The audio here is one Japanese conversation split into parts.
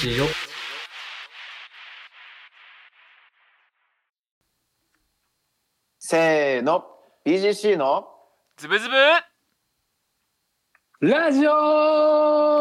しいよ。 せーの BGC のズブズブラジオ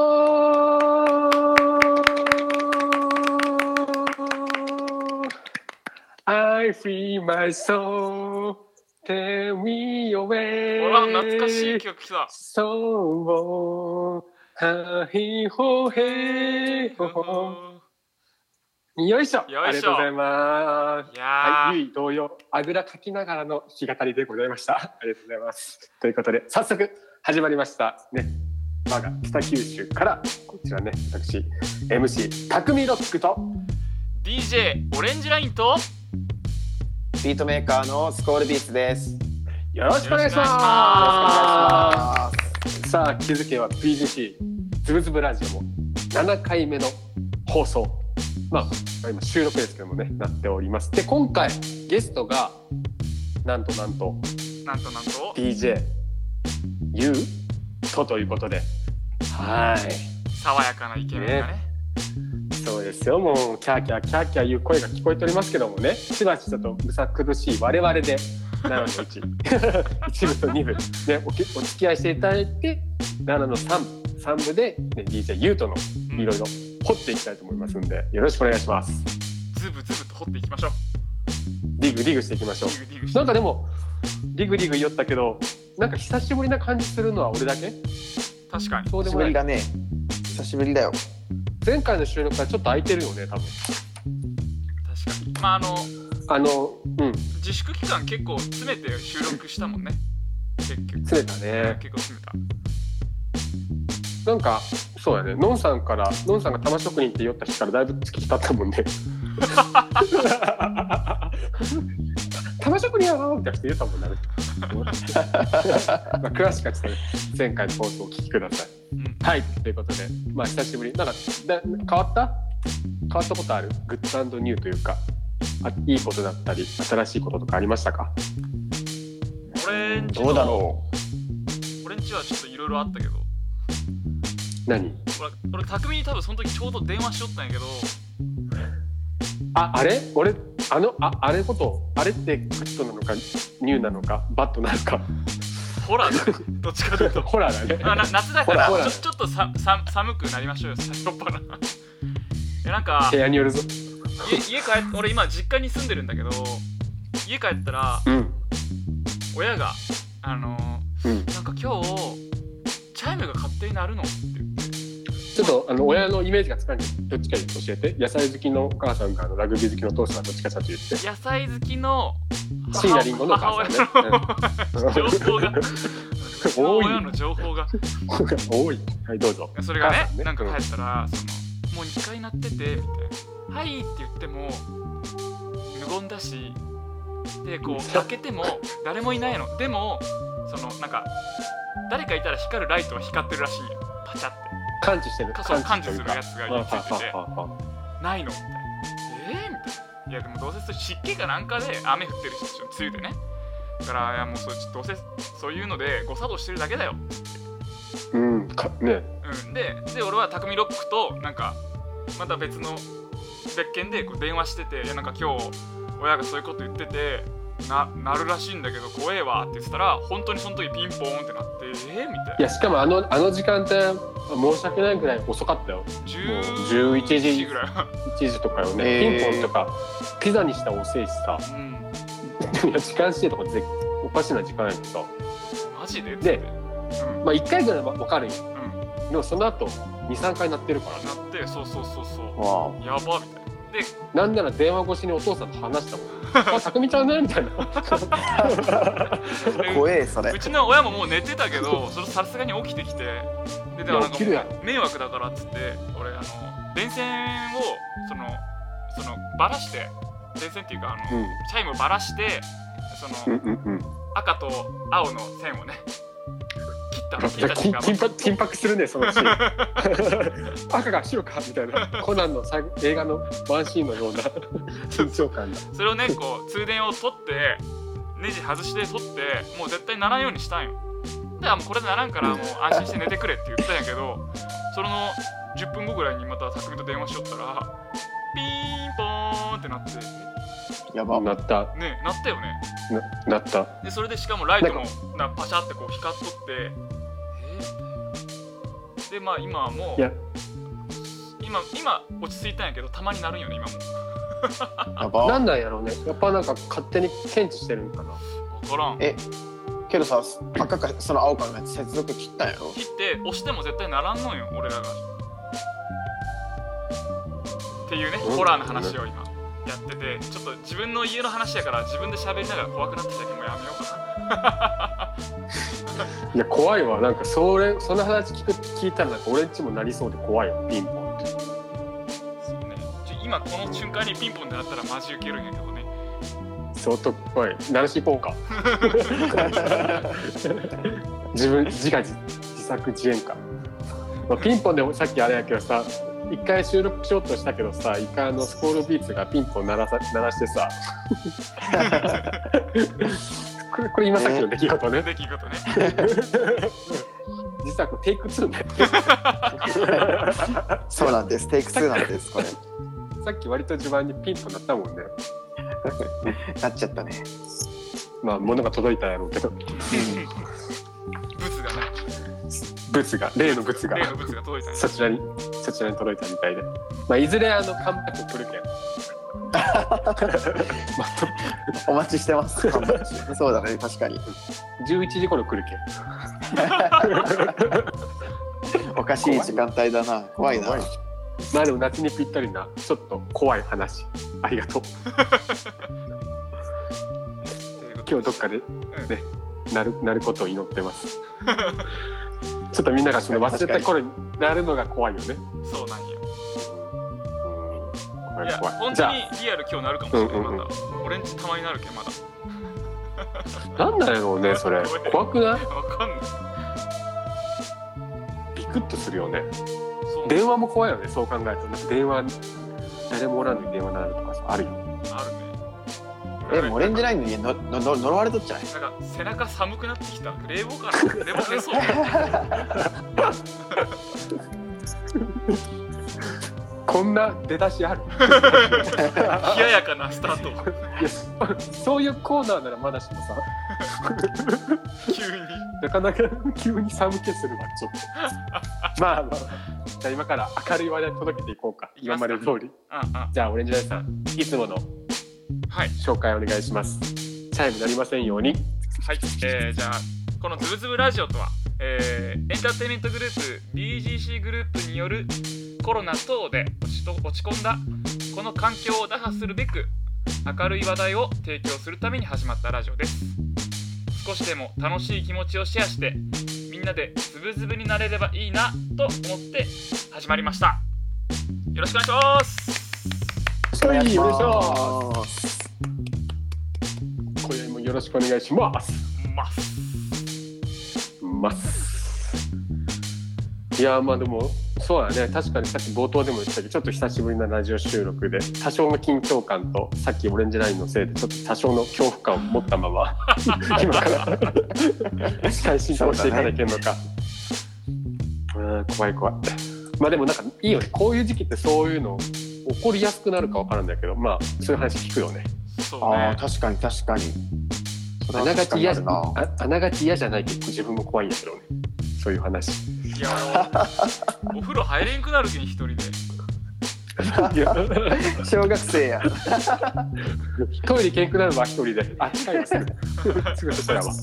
I free my soul Tell me your way ほら懐かしい曲来た。 そうはひほへほほよいしょ。 よいしょありがとうございます。 いやはい、ゆい同様あぐらかきながらの弾き語りでございました。ありがとうございます。ということで早速始まりましたね。我が北九州からこちらね、私 MC 匠ロックと DJ オレンジラインとビートメーカーのスコールビーツです。 よろしくお願いしま。 よろしくお願ますさあ気づけば BGC ズブズブラジオも7回目の放送、まあ今収録ですけどもねなっております。で今回ゲストがなんと DJ ゆうということで、はい爽やかなイケメンがねそうですよ。もうキャーキャーキャーキャーいう声が聞こえておりますけどもね、しばしちょっとむさ苦しい我々で7の1 1部と2部、ね、お付き合いしていただいて7の3部で、ね、DJ ゆうとのいろいろ掘っていきたいと思いますんで、よろしくお願いします。 ズブズブと掘っていきましょう。 ディグしていきましょう。 ディグディグしてなんかでもディグ言ったけど、なんか久しぶりな感じするのは俺だけ？ 確かにそうでもない。 久しぶりだね。久しぶりだよ。 前回の収録からちょっと空いてるよね多分。 確かにまあ自粛期間結構詰めて収録したもんね。結局詰めたね。 結構詰めた。 なんかそうやね、のんさんが玉職人って言った日からだいぶ月日経ったもんね。玉職人やろって言ったもんね。まあ詳しくはちょっと、ね、前回の放送をお聞きください。はいということで、まあ久しぶりなんか変わったことある？グッド&ニューというか、いいことだったり新しいこととかありましたか？ どうだろ俺んちはちょっといろいろあったけど、 何？ 俺匠に多分その時ちょうど電話しよったんやけど、 あれ俺あれってグッドなのかニューなのかバッドなのか。 ホラーだね。どっちかというとホラーだね。 夏だからちょっと寒くなりましょうよ、最初っぱな。なんか部屋によるぞ。 俺今実家に住んでるんだけど、家帰ったら、親がなんか今日チャイムが勝手に鳴るのって言って、 ちょっと親のイメージがつかんでどっちか教えて。野菜好きのお母さんかラグビー好きのお父さんはどっちかちゃんと言って。 野菜好きの椎名林檎のお母さんね。 情報が親の情報が多い。はいどうぞ。 それがね、なんか帰ったらもう2回鳴っててみたいな、はいって言っても無言だし、でこう開けても誰もいないの。でもなんか誰かいたら光るライトは光ってるらしいよ。パチャって感知してる。 感知するやつがついてて、ないのみたいな。みたいな。いやでもどうせ湿気かなんかで雨降ってるし、梅雨でね。だからいやもうどうせそういうので誤作動してるだけだよ。で俺は匠ロックとなんかまた別件でこう電話してて、いやなんか今日親がそういうこと言っててなるらしいんだけど怖えわって言ってたら、本当にその時ピンポーンってなってみたいな。 いやしかもあの時間帯申し訳ないぐらい遅かったよ。もう11時ぐらい 1時とかよね。ピンポンとかピザにしたら遅いしさ、いや時間指定とかおかしな時間やけどさ、 マジでで、まあ1回ぐらい分かるよ。でもその後 2,3 回鳴ってるからね。 鳴ってそうわやばみたいな。でなんなら電話越しにお父さんと話したもん。あ、匠ちゃんねみたいな。 怖えそれ。 うちの親ももう寝てたけど、それさすがに起きてきて、でもなんか迷惑だからっつって、俺電線をバラして、電線っていうかチャイムをバラして赤と青の線をね緊迫するねそのシーン。赤が白かみたいなコナンの映画のワンシーンのような緊張感だ。 それをねこう通電を取ってネジ外して取ってもう絶対ならんようにしたんよ。でもうこれでならんからもう安心して寝てくれって言ったんやけど、 その10分後ぐらいにまた匠と電話しよったらピーンポーンってなってやば。 なったね、なったよね。 なったでそれでしかもライトもパシャってこう光っとって、でまあ今はもう今落ち着いたんやけどたまになるんよね今も。 やば。 なんなんやろうね。やっぱなんか勝手に検知してるんかな。 分からん。 けどさ、赤かその青かのやつ接続切ったんやろ。 切って押しても絶対ならんのよ俺らが。っていうね、ホラーの話を今やってて、ちょっと自分の家の話やから自分で喋りながら怖くなってきたけどもうやめようかな。 いや怖いわ。なんかその話聞いたらなんか俺んちもなりそうで怖いよ。ピンポンって。 そうね。今この瞬間にピンポンでなったらマジウケるんやけどね。 相当怖い。鳴らし行こうか。自作自演か。まあ、ピンポンでもさっきあれやけどさ、一回収録しようとしたけどさ、一回スコールビーツがピンポン鳴らしてさこれ今さっきの出来事ね。 出来事ね。 実はこれテイク2ね。 そうなんです。テイク2なんですこれ。 さっき割と序盤にピンポン鳴ったもんね。 なっちゃったね。 まあ物が届いたやろうけど。 ブツがね。 例のブツが届いたね。 そちらに届いたみたいで、まあ、いずれカムバック来るけんお待ちしてます。そうだね、確かに。 11時頃来るけんおかしい時間帯だな。怖いな。 まあでも夏にぴったりなちょっと怖い話ありがとう。今日どっかでね、なることを祈ってます。ちょっとみんながその忘れた頃になるのが怖いよね。 そうなんよ。 いや本当にリアル今日なるかもしれない。まだ俺んちたまになるけんまだ。 なんだろうねそれ。怖くない？ わかんない。 ビクッとするよね。電話も怖いよね。そう考えるとなんか電話誰もおらんのに電話鳴るとかさあるよ。 あるね。 オレンジラインに呪われとっちゃない？ なんか背中寒くなってきた。冷房から冷房出そう。 こんな出だしある？ 冷ややかなスタート。いやそういうコーナーならまだしもさ急になかなか急に寒気するわちょっと。まあじゃあ今から明るい話題届けていこうか。今まで通り。じゃあオレンジラインさんいつもの紹介お願いします。チャイムなりませんように。 はい、じゃあこのズブズブラジオとは、エンターテインメントグループ DGC グループによるコロナ等で落ち込んだこの環境を打破するべく明るい話題を提供するために始まったラジオです。少しでも楽しい気持ちをシェアしてみんなでズブズブになれればいいなと思って始まりました。よろしくお願いします。 お願いします。 今宵もよろしくお願いします。いやまあでもそうだね。確かにさっき冒頭でも言ったけどちょっと久しぶりなラジオ収録で多少の緊張感とさっきオレンジラインのせいでちょっと多少の恐怖感を持ったまま今から司会進行していかなきゃいけんのか。怖い。まあでもなんかいいよね。こういう時期ってそういうの起こりやすくなるかわからんだけど、まあそういう話聞くよね。 そうね。 確かに。 あながち嫌じゃないけど自分も怖いんだけどね。そういう話。 いやお風呂入れんくなるけん一人で。 小学生や。 トイレ行けんくなるわ一人で。近いわすぐそこやわ。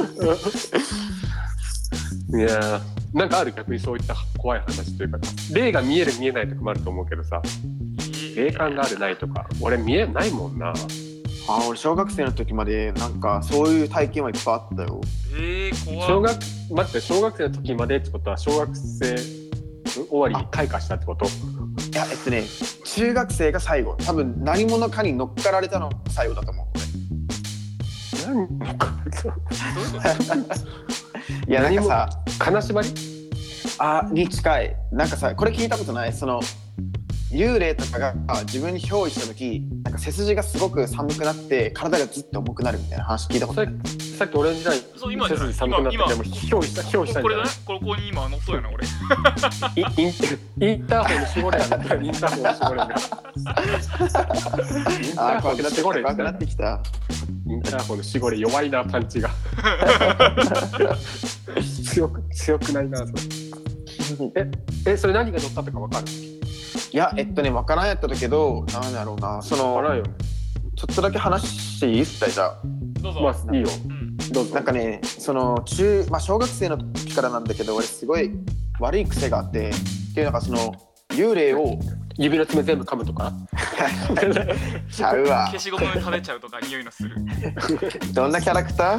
いやなんかある逆にそういった怖い話というか霊が見える見えないとかもあると思うけどさ、霊感があるないとか俺見えないもんな。 俺小学生の時までなんかそういう体験はいっぱいあったよ。 怖い。 小学生の時までってことは小学生終わりに開花したってこと？いや中学生が最後。多分何者かに乗っかられたのが最後だと思う。 何いやなんかさ金縛りに近い。なんかさこれ聞いたことない？その幽霊とかが自分に憑依した時なんか背筋がすごく寒くなって体がずっと重くなるみたいな話聞いたことない？ さっきオレンジラインそう今じゃない寒くなってもひょうしたんじゃない？ これだね、ここに今乗っとるやな俺。 インターホンの絞れやな。インターホンの絞れやな。 怖くなってきた。 インターホンの絞れ弱いな、パンチが。強くないなそれ。それ何が乗ったとかわかる？ いやわからんやったけど、なんだろうな、そのわからんよね。 ちょっとだけ話していいっすか？じゃあどうぞ。 まあいいよ、どうぞ。 なんかね、その小学生の時からなんだけど、俺すごい悪い癖があって、っていうのがその幽霊を指の爪全部噛むとかちゃうわ。 消しゴム食べちゃうとか匂いのする。 どんなキャラクタ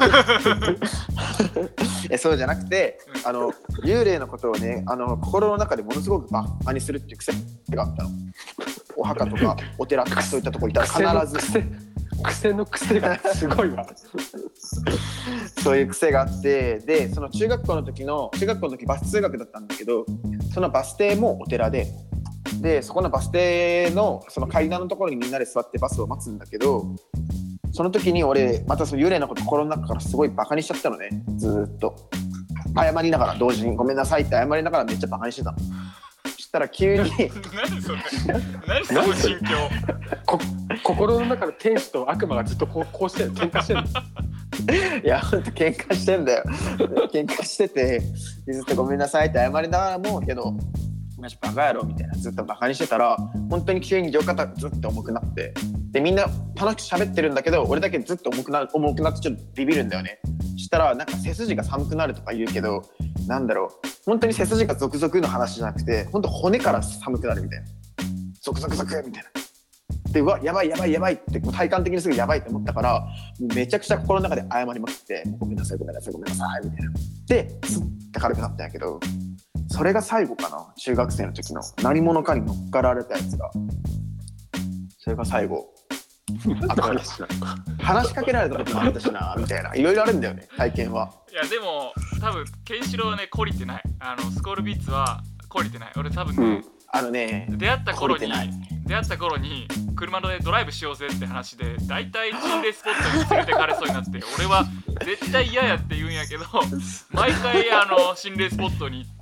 ー？そうじゃなくて、幽霊のことをね、心の中でものすごくバカにするっていう癖があったの。お墓とかお寺とかそういったとこ行ったら必ず癖の癖がすごいわ。 そういう癖があって、でその中学校の時バス通学だったんだけど、そのバス停もお寺でそこのバス停のその階段のところにみんなで座ってバスを待つんだけど、その時に俺またその幽霊のこと心の中からすごいバカにしちゃったのね。ずーっと謝りながら、同時にごめんなさいって謝りながらめっちゃバカにしてたの。そしたら急に何それ？何その心境？ 心の中の天使と悪魔がずっとこうしてる、喧嘩してるの。 いやほんと喧嘩してんだよ。喧嘩しててずっとごめんなさいって謝りながらもけど、マジバカ野郎みたいなずっとバカにしてたら、本当に急に両肩ずっと重くなって、でみんな楽しく喋ってるんだけど、俺だけずっと重くなってちょっとビビるんだよね。そしたらなんか背筋が寒くなるとか言うけど、なんだろう、本当に背筋がゾクゾクの話じゃなくて、本当骨から寒くなるみたいな、ゾクゾクゾクみたいな。でうわやばいって体感的にすぐやばいって思ったから、もうめちゃくちゃ心の中で謝りまくって、ごめんなさいみたいなですって軽くなったんやけど、それが最後かな。中学生の時の何者かに乗っかられたやつが、それが最後。あと話しかけられた時もあったしなみたいな、いろいろあるんだよね、体験は。 いやでも多分ケンシロウはね懲りてない。スコールビーツは懲りてない。俺多分ね、出会った頃に車でドライブしようぜって話で、だいたい心霊スポットに連れてかれそうになって、俺は絶対嫌やって言うんやけど、毎回心霊スポットに行って、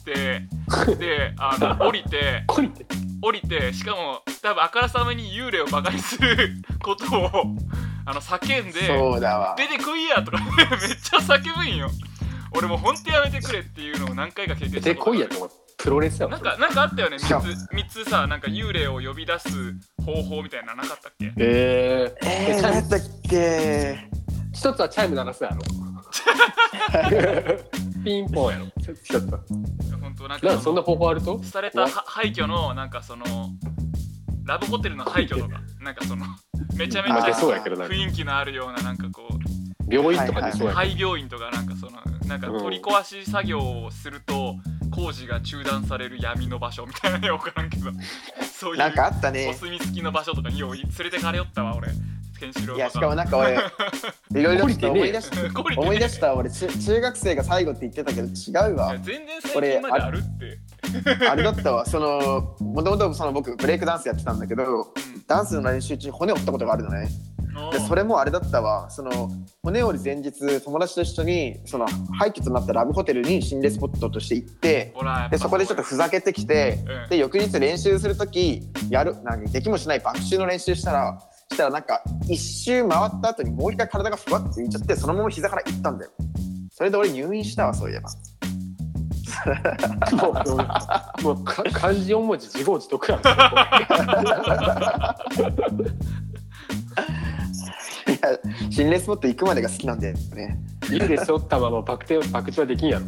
で降りて、しかも多分あからさまに幽霊をバカにすることを叫んで、 そうだわ、 出てこいやとかめっちゃ叫ぶんよ。俺もうほんとやめてくれっていうのを何回か経験したことある。 出てこいやと思って、プロレスやなんかあったよね。3つさ、なんか幽霊を呼び出す方法みたいななかったっけ？ 何やったっけ？ 一つはチャイム鳴らすやろ。ピンポンやろ。一つは。 本当なんかそんな方法あると？ された廃墟のなんかそのラブホテルの廃墟とか、なんかそのめちゃめちゃ雰囲気のあるような、なんかこう病院とかにそうや。 廃病院とか、なんかそのなんか取り壊し作業をすると工事が中断される闇の場所みたいなの分からんけど、そういうなんかあったね、 お墨付きの場所とかによう連れてかれよったわ俺。ケンシロウ。 いやしかもなんか俺いろいろ思い出した俺中学生が最後って言ってたけど違うわ。 全然最近まであるってあれだったわ。もともと僕ブレイクダンスやってたんだけど、ダンスの練習中に骨を折ったことがあるのね。でそれもあれだったわ。骨折る前日友達と一緒に廃墟となったラブホテルに心霊スポットとして行って、でそこでちょっとふざけてきて、で翌日練習するときなんかできもしないバク宙の練習したらなんか一周回った後にもう一回体がふわって浮いちゃって、そのまま膝からいったんだよ。それで俺入院したわ、そういえば。 もう漢字4文字自業自得やん。 心霊スポット行くまでが好きなんだよね。 幽霊背負ったままバク宙はできんやろ。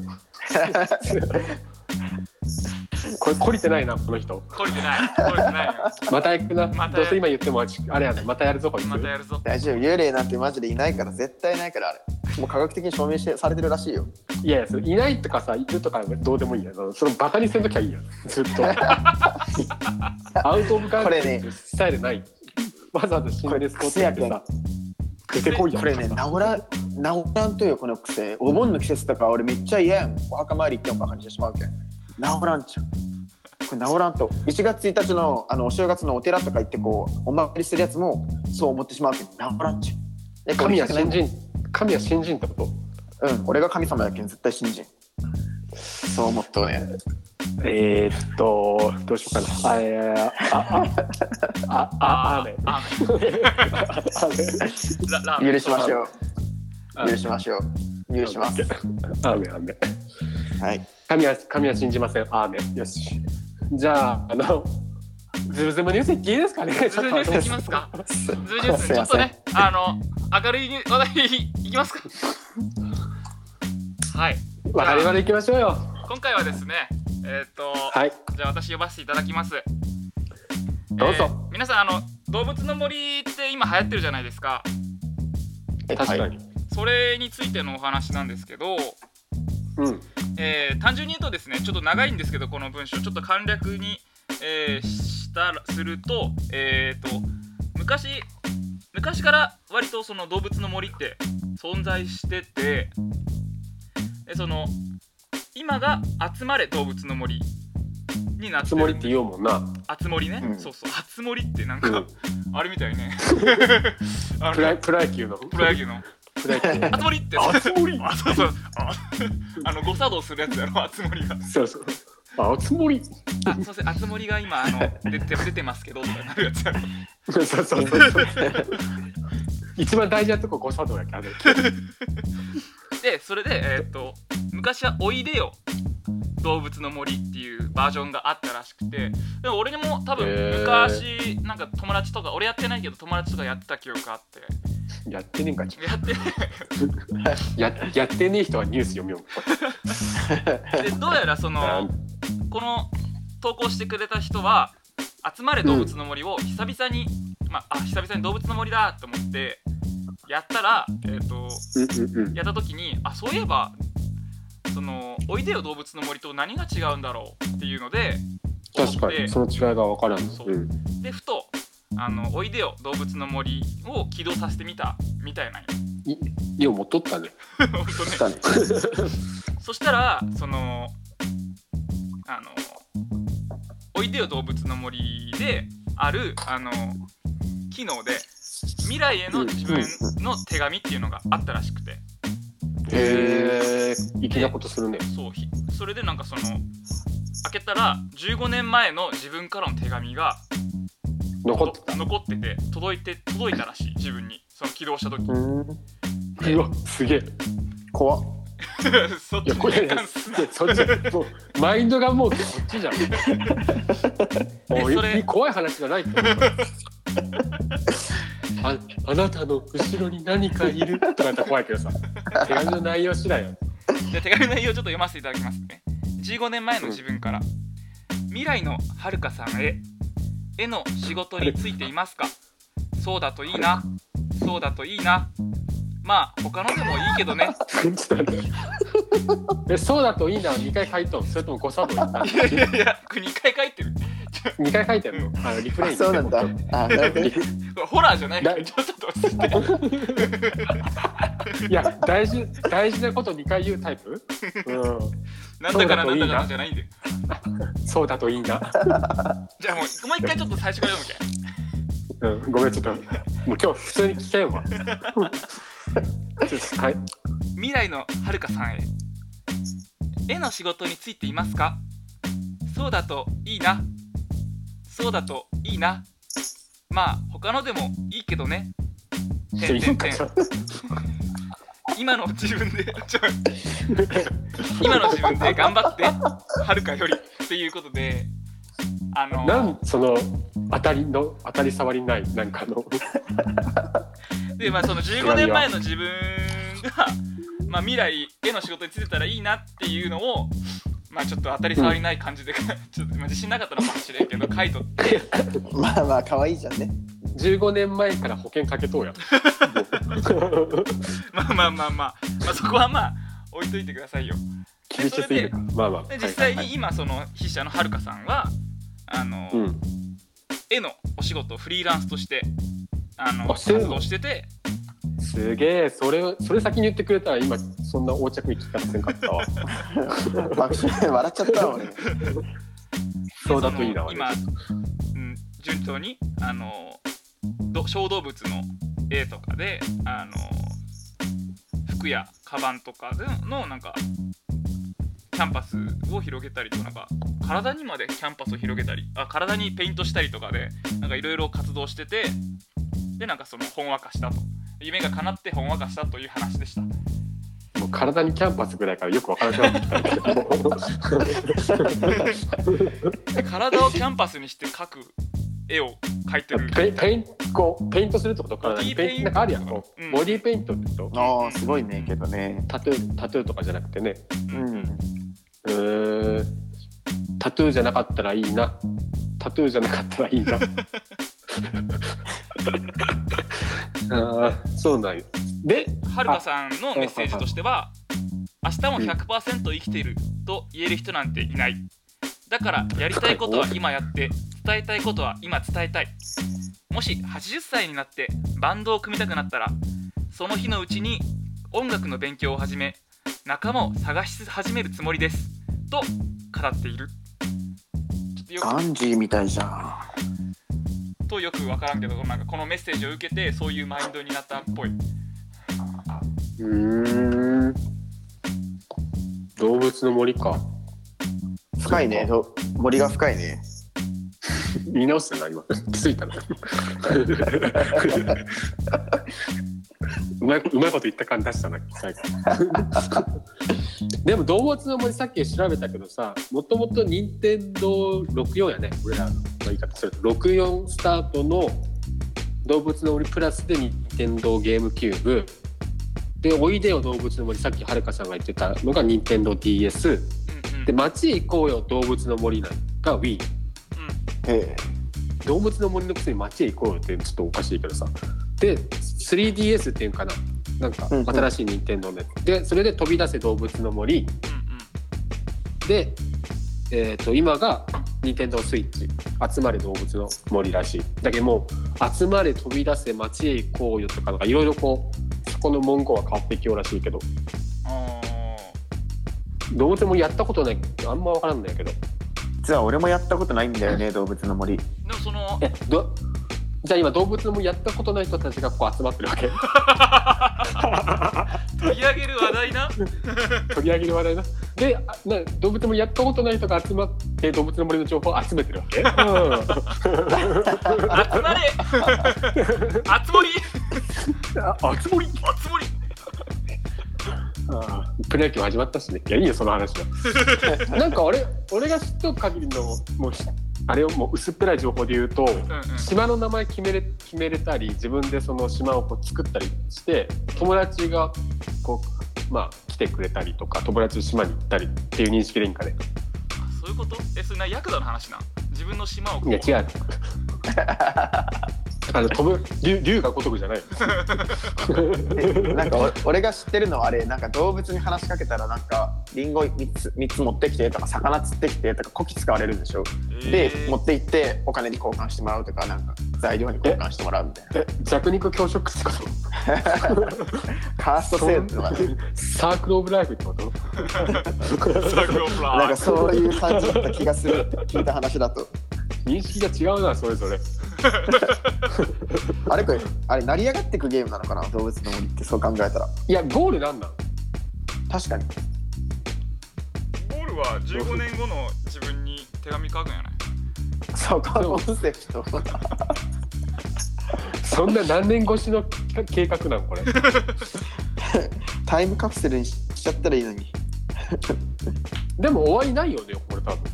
これ懲りてないな、この人。 懲りてないよ。 また行くな。どうせ今言ってもあれやね。またやるぞこいつ。 またやるぞ。 大丈夫、幽霊なんてマジでいないから、絶対いないから。あれもう科学的に証明されてるらしいよ。 いやいないとかさ、いるとかどうでもいいや。そのバカにするときはいいや。ずっとアウトオブカントリースタイルない。わざわざ心霊スポットやってさ、出てこいや。 これね、治らんとよ、この癖。お盆の季節とか俺めっちゃ嫌やん。お墓参り行ってもバカにしてしまうけん。治らんちゃう。これ治らんと。1月1日のお正月のお寺とか行ってこうお参りするやつもそう思ってしまうけど、治らんちゃう。 神は信じんってこと？ 俺が神様やけん絶対信じん。そう思っとうね。 どうしようかな。アーメン。 許しましょう。許しましょう。許します。 アーメン。 はい。 神は信じません。アーメン。よし。じゃあズブズブニュースいっていいですかね。 ズブニュースいきますか。ズブニュースちょっとね明るい話題いきますか。はい。 我々行きましょうよ。 今回はですねはい。 じゃあ私呼ばせていただきます。 どうぞ。 皆さん動物の森って今流行ってるじゃないですか。 確かに。 それについてのお話なんですけど、単純に言うとですね、ちょっと長いんですけどこの文章ちょっと簡略に、すると、昔から割とその動物の森って存在してて、今が集まれ動物の森になってる。 集まりって言おうもんな。 集まりね、そう集まりってなんか、あれみたいね。 プロ野球の集まりってそう誤作動するやつやろ、集まりが。 そう集まり。 すいません、集まりが今出てますけどとかなるやつやろ。 そう一番大事なとこ誤作動やけど。 でそれで昔はおいでよ動物の森っていうバージョンがあったらしくて、でも俺にも多分昔なんか友達とか、俺やってないけど友達とかやってた記憶があって。 やってねえんかい。 やってねえやってねえ人はニュース読みよう。でどうやらこの投稿してくれた人は集まれ動物の森を久々に動物の森だと思ってやったら、やった時にそういえばおいでよ動物の森と何が違うんだろうっていうので、 確かにその違いが分からん。 でふとおいでよ動物の森を起動させてみたみたいな。 よう持っとったね。 本当ね。そしたらおいでよ動物の森である機能で未来への自分の手紙っていうのがあったらしくて。 粋なことするね。 それでなんか開けたら15年前の自分からの手紙が残ってて届いたらしい、自分に起動した時。 うわすげえ怖っ。 そっちにそっちもうマインドがもうそっちじゃん。もう怖い話じゃないと思う。あなたの後ろに何かいるとかやったら怖いけどさ、手紙の内容次第よ。 じゃあ手紙の内容ちょっと読ませていただきますね。15年前の自分から、未来のはるかさんへ。絵の仕事についていますか？そうだといいな。そうだといいな。まあ他のでもいいけどね。 そうだといいな2回書いとん？それとも誤作動？ いや2回書いてる。 2回書いてるの？リプレイ。 そうなんだ。 ホラーじゃないからちょっと落ち着いて。 いや大事なこと2回言うタイプ？ なんだかなじゃないんで。 そうだといいな。 じゃあもう一回ちょっと最初から読むけ。ごめんちょっともう今日普通に聞けんわ。はい。 未来のはるかさんへ。絵の仕事についていますか？そうだといいな。そうだといいな。まあ他のでもいいけどね。今の自分で頑張ってはるかよりっていうことで、 当たり障りないなんかのでその15年前の自分が未来への仕事についてたらいいなっていうのをちょっと当たり障りない感じで、ちょっと自信なかったのかもしれんけど書いとって。 まあ可愛いじゃんね。 15年前から保険かけとうや。 まあそこは置いといてくださいよ。 厳しすぎるか。 実際に今筆者のはるかさんは絵のお仕事をフリーランスとして活動してて。 すげえ、それ先に言ってくれたら今そんな横着に聞かせんかったわ。 笑っちゃったわ俺。 そうだといいな。 今、順調に小動物の絵とかで服やカバンとかのなんかキャンパスを広げたりとか、なんか体にまでキャンパスを広げたり、体にペイントしたりとかでなんかいろいろ活動してて、でなんかそのほんわかしたと、夢が叶ってほんわかしたという話でした。 もう体にキャンパスぐらいからよくわからなくなってきたんだけど体をキャンパスにして描く絵を描いてる。 ペイントするってこと？体にペイントなんかあるやん、ボディーペイントってこと？ ああすごいねけどね。 タトゥーとかじゃなくてね。 うん。 タトゥーじゃなかったらいいな。タトゥーじゃなかったらいいな。そうなんよ。で、 はるかさんのメッセージとしては、明日も 100% 生きていると言える人なんていない。だからやりたいことは今やって、伝えたいことは今伝えたい。もし80歳になってバンドを組みたくなったら、その日のうちに音楽の勉強を始め、仲間を探し始めるつもりですと語っている。ちょっとよくガンジーみたいじゃん。 とよく分からんけど、なんかこのメッセージを受けてそういうマインドになったっぽい。 動物の森か。 深いね。森が深いね。 見直すな今。気づいたな。うまいこと言った感じ出したな最後。でも動物の森さっき調べたけどさ、もともと任天堂64やね、俺らの言い方すると64スタートの動物の森プラスで任天堂ゲームキューブで、おいでよ動物の森、さっきはるかさんが言ってたのが任天堂 DS で、街へ行こうよ動物の森が Wii。動物の森のくせに街へ行こうよってちょっとおかしいけどさ、で 3DS っていうかな、なんか新しい任天堂のやつで、それで飛び出せ動物の森、で、今が任天堂スイッチ集まれ動物の森らしい。だけどもう集まれ飛び出せ街へ行こうよとかなんかいろいろこうそこの文言は変わってきようらしいけど、動物の森やったことないあんま分からんんだけど、 実は俺もやったことないんだよね動物の森。 でもそのじゃあ今動物の森やったことない人たちがこう集まってるわけ。 取り上げる話題な。 取り上げる話題な。で、動物の森やったことない人が集まって動物の森の情報を集めてるわけ。集まれ。集まり。 集まり。プロ野球始まったしね。いやいいよその話は。なんか俺が知っとく限りのもうあれをもう薄っぺらい情報で言うと、島の名前決めれたり自分でその島をこう作ったりして友達がこう来てくれたりとか友達の島に行ったりっていう認識でいいんかね。 そういうこと？それヤクザの話な。自分の島をこう。 いや違う。飛ぶ竜が如くじゃない。 なんか俺が知ってるのはあれ、なんか動物に話しかけたらなんかリンゴ3つ持ってきてとか魚釣ってきてとかこき使われるんでしょ。で持って行ってお金に交換してもらうとかなんか材料に交換してもらうみたいな。 弱肉強食ってこと？ カースト制度とかね。 サークルオブライフってこと？ なんかそういう感じだった気がするって聞いた話だと。 認識が違うなそれぞれ。 あれ成り上がってくゲームなのかな動物の森って。そう考えたらいやゴールなんなん？ 確かにゴールは15年後の自分に手紙書くんやない。 そうコンセプト。 そんな何年越しの計画なんこれ。 タイムカプセルにしちゃったらいいのに。 でも終わりないよねこれ多分。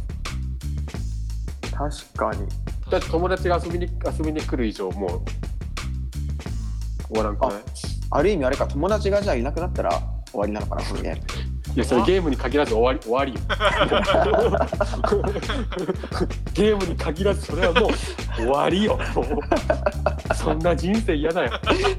確かに。 だって友達が遊びに来る以上もう終わらんくない？ ある意味あれか、友達がじゃあいなくなったら終わりなのかなこれね。 いやそれゲームに限らず終わりよ。ゲームに限らずそれはもう終わりよ。そんな人生嫌だよ。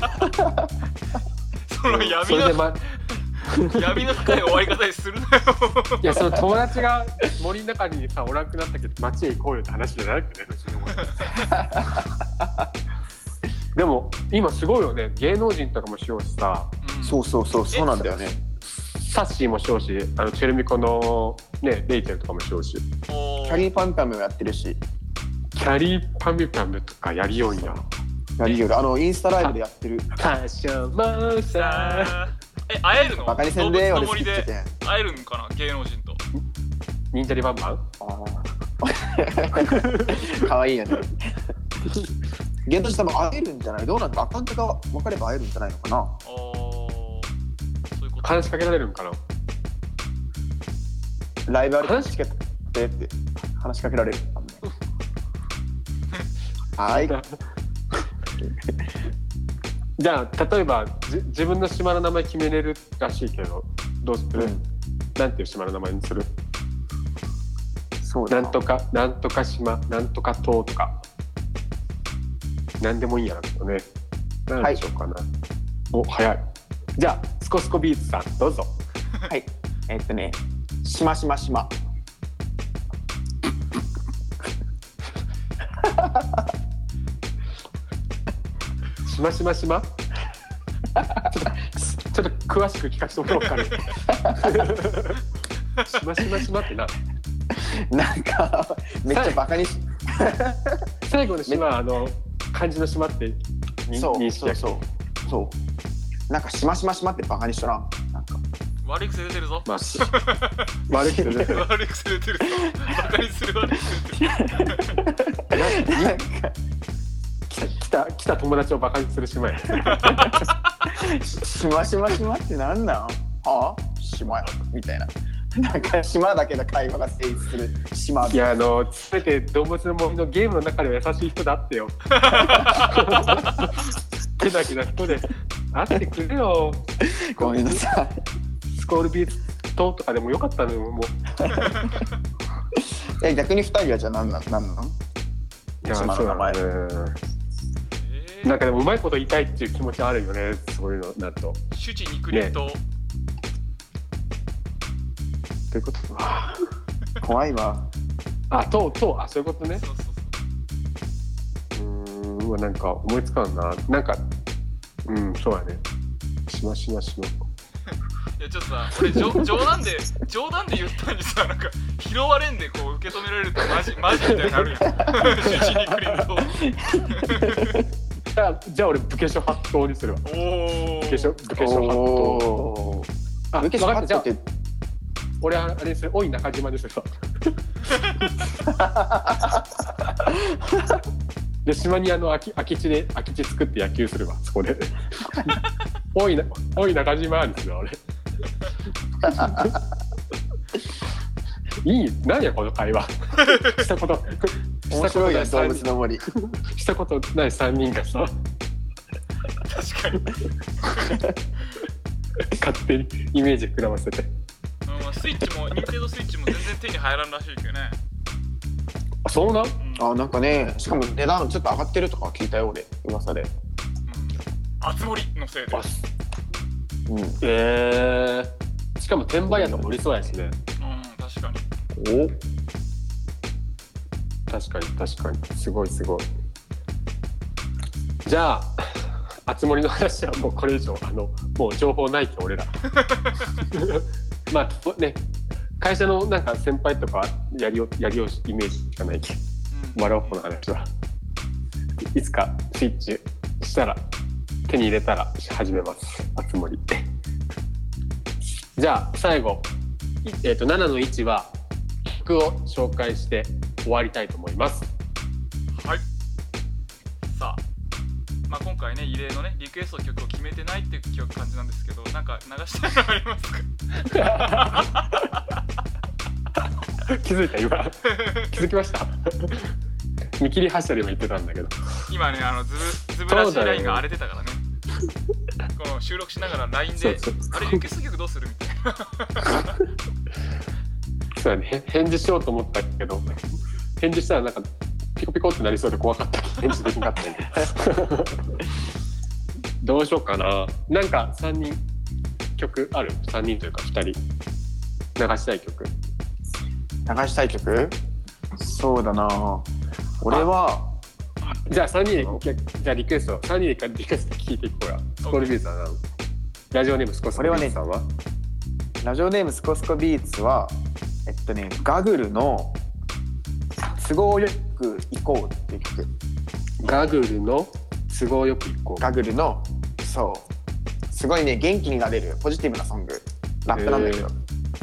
その闇の深い終わり方にするなよ。 いやその友達が森の中にさおらんくなったけど街へ行こうよって話じゃなくてね。でも今すごいよね、芸能人とかもしようしさ、 そうなんだよね。 サッシーもしようし、チェルミコのねレイチェルとかもしようし、 キャリーパンパンもやってるし。 キャリーパンパンとかやりよんや。 やりよるインスタライブでやってる。 パッションモンスター会えるの？ バカにせんで動物の森で俺好きっちゃけん。 会えるんかな、芸能人と。 忍者リバンバン。 かわいいよね。芸能人多分会えるんじゃない？どうなんだ、アカウントが分かれば会えるんじゃないのかな。 そういうこと。 話しかけられるんかな。 ライブあるチケットでって話しかけられる。はい。 じゃあ例えば自分の島の名前決めれるらしいけど、どうする？なんていう島の名前にする？ そうだなんとか島、なんとか島とか、なんでもいいんやなけどね。何でしょうかな。お、早い。じゃあスコスコビーツさんどうぞ。 はい。しましましま。 しましましま。ちょっと詳しく聞かせてもらおうかね。しましましまってな。 なんかめっちゃバカにし。 最後の島は漢字の島って認識や。 そうなんかしましましまってバカにしとらん。なんか悪い癖出てるぞ。 まあ、悪い癖出てる。 悪い癖出てるぞ。バカにする悪い癖出てる。 なんか来た友達をバカにする島や。 しましましまってなんなん？はあ？島やみたいな。なんか島だけの会話が成立する島。 いや全て動物の森のゲームの中では優しい人だってよ。手だけな人で会ってくれよ。 ごめんなさい。 スコールビーツとかでもよかったのよもう。 逆に2人はじゃあ何なん？ いや島の名前。 なんかでもうまいこと言いたいっていう気持ちあるよね、そういうのなると。 種地肉林と、 ということ怖いわ。 あ、そういうことね。 そうなんか思いつかんな。なんかそうやね。しましましま。 いやちょっとさ、俺冗談で言ったのにさ、なんか拾われんでこう受け止められるとマジみたいになるやん。種地肉林と。 じゃあ俺武家書発刀にするわ。武家書発刀。 武家書発刀って俺あれですよ、おい中島ですよ。で島に空き地作って野球するわ、そこで。おい中島ですよ俺。いい、何やこの会話。したこと面白いや動物の森。 したことない3人がさ、 確かに。 勝手にイメージ膨らませて。 スイッチも任天堂スイッチも全然手に入らんらしいけどね。 あ、そうなん？ なんかね、しかも値段ちょっと上がってるとか聞いたようで、噂で。 あつ森のせいで。 しかも転売屋とか売りそうやしね。 確かに。 確かにすごい。じゃああつ森の話はもうこれ以上もう情報ないけど俺ら。まあね、会社のなんか先輩とかやりようイメージしかないけど、笑おうこの話はいつかスイッチしたら手に入れたら始めます、あつ森。じゃあ最後、7の1は曲を紹介して終わりたいと思います。 はい。さあ、今回ね異例のねリクエスト曲を決めてないっていう感じなんですけど、なんか流したいのありますか？ 気づいた今。気づきました。見切り発車でも言ってたんだけど。 今ねズブらしいラインが荒れてたからね。この収録しながら LINE であれリクエスト曲どうするみたいな。 そうやね、返事しようと思ったけど、返事したらなんかピコピコってなりそうで怖かった。返事できなかったんで。どうしようかな。なんか3人曲ある？3人というか2人流したい曲。 そうだな。俺はじゃあ3人でじゃあリクエスト3人でリクエスト聞いていこうや。スコールビーツはラジオネームスコスコビーツさんは？ ラジオネームスコスコビーツはガグルの都合よく行こうっていう曲。 ガグルの都合よく行こう。 ガグルのそうすごいね元気になれるポジティブなソングラップなんだけど、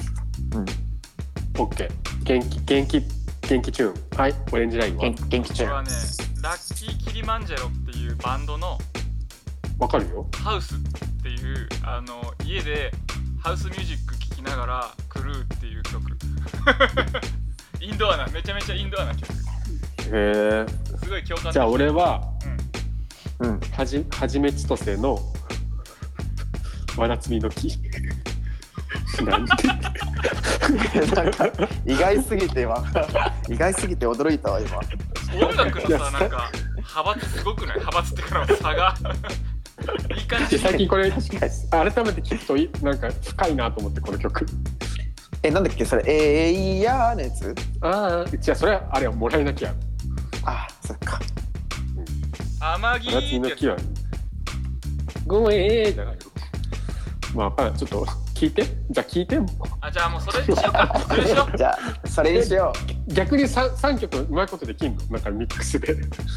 オッケー。元気チューン。はい。オレンジラインは元気チューン。 これはねラッキーキリマンジェロっていうバンドのわかるよ。 ハウスっていう家でハウスミュージック聴きながら狂うっていう曲インドアなめちゃめちゃインドアな曲。 へえ。 すごい共感。 じゃあ俺は、はじめちとせのわらつみの木なんてなんか意外すぎて驚いたわ今。 音楽のさなんか派閥すごくない？派閥ってからの差がいい感じ。 最近これ改めて聞くとなんか深いなと思ってこの曲。 なんだっけそれいやーのやつ？ ああ、じゃあそれはあれはもらえなきゃ。 あ、そっか。 天城の木はごめんじゃないよ。まあちょっと聞いて。じゃあ聞いても。 じゃあもうそれにしようか。それにしよう。 じゃあそれにしよう。逆に3曲うまいことできんの？なんかミックスで。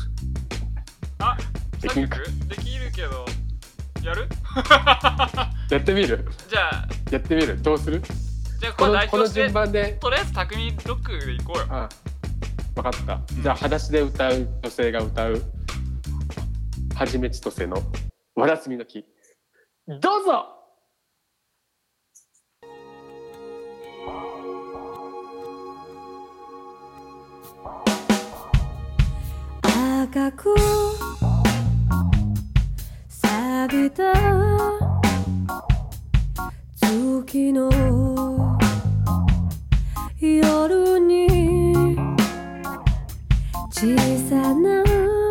できるけどやる？ やってみる？ じゃあやってみる？どうする？ じゃあこの順番でとりあえず匠ロックでいこうよ。 分かった。じゃあ裸足で歌う女性が歌うはじめちとせのわらつみの木、どうぞ。 赤く錆びた月の夜に小さな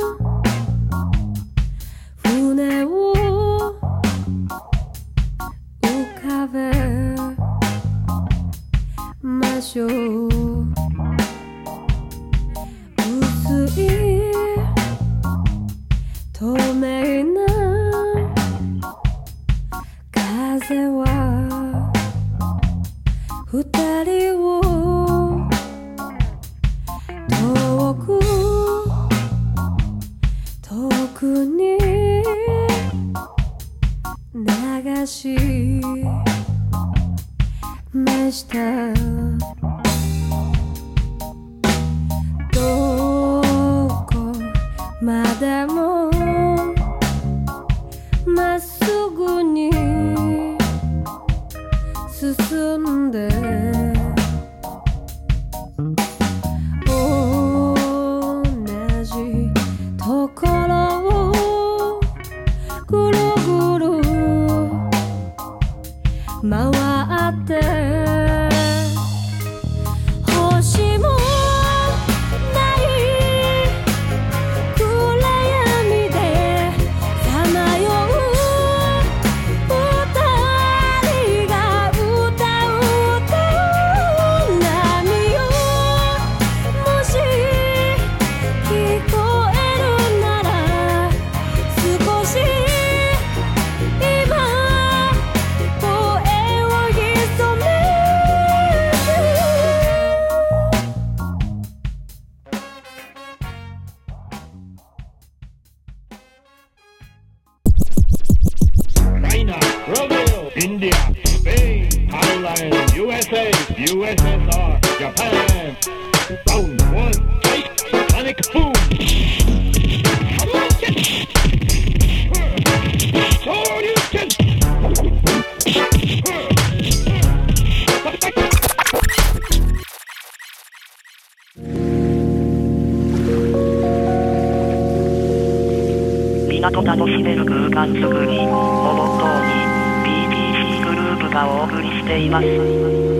船を浮かべましょう。薄い透明な風は二人を遠くに流しました。どこまでもまっすぐに進んで同じところをぐるぐる回って星もない暗闇でさまよう二人が歌う歌を波よ、もし聞こえるなら少し今声を潜め China, Brazil, India, Spain, Thailand, USA, USSR, Japan. Round one, fight, sonic boom. Shoryuken. 港楽しめる空間づくりをモットーに PTC グループがお送りしています。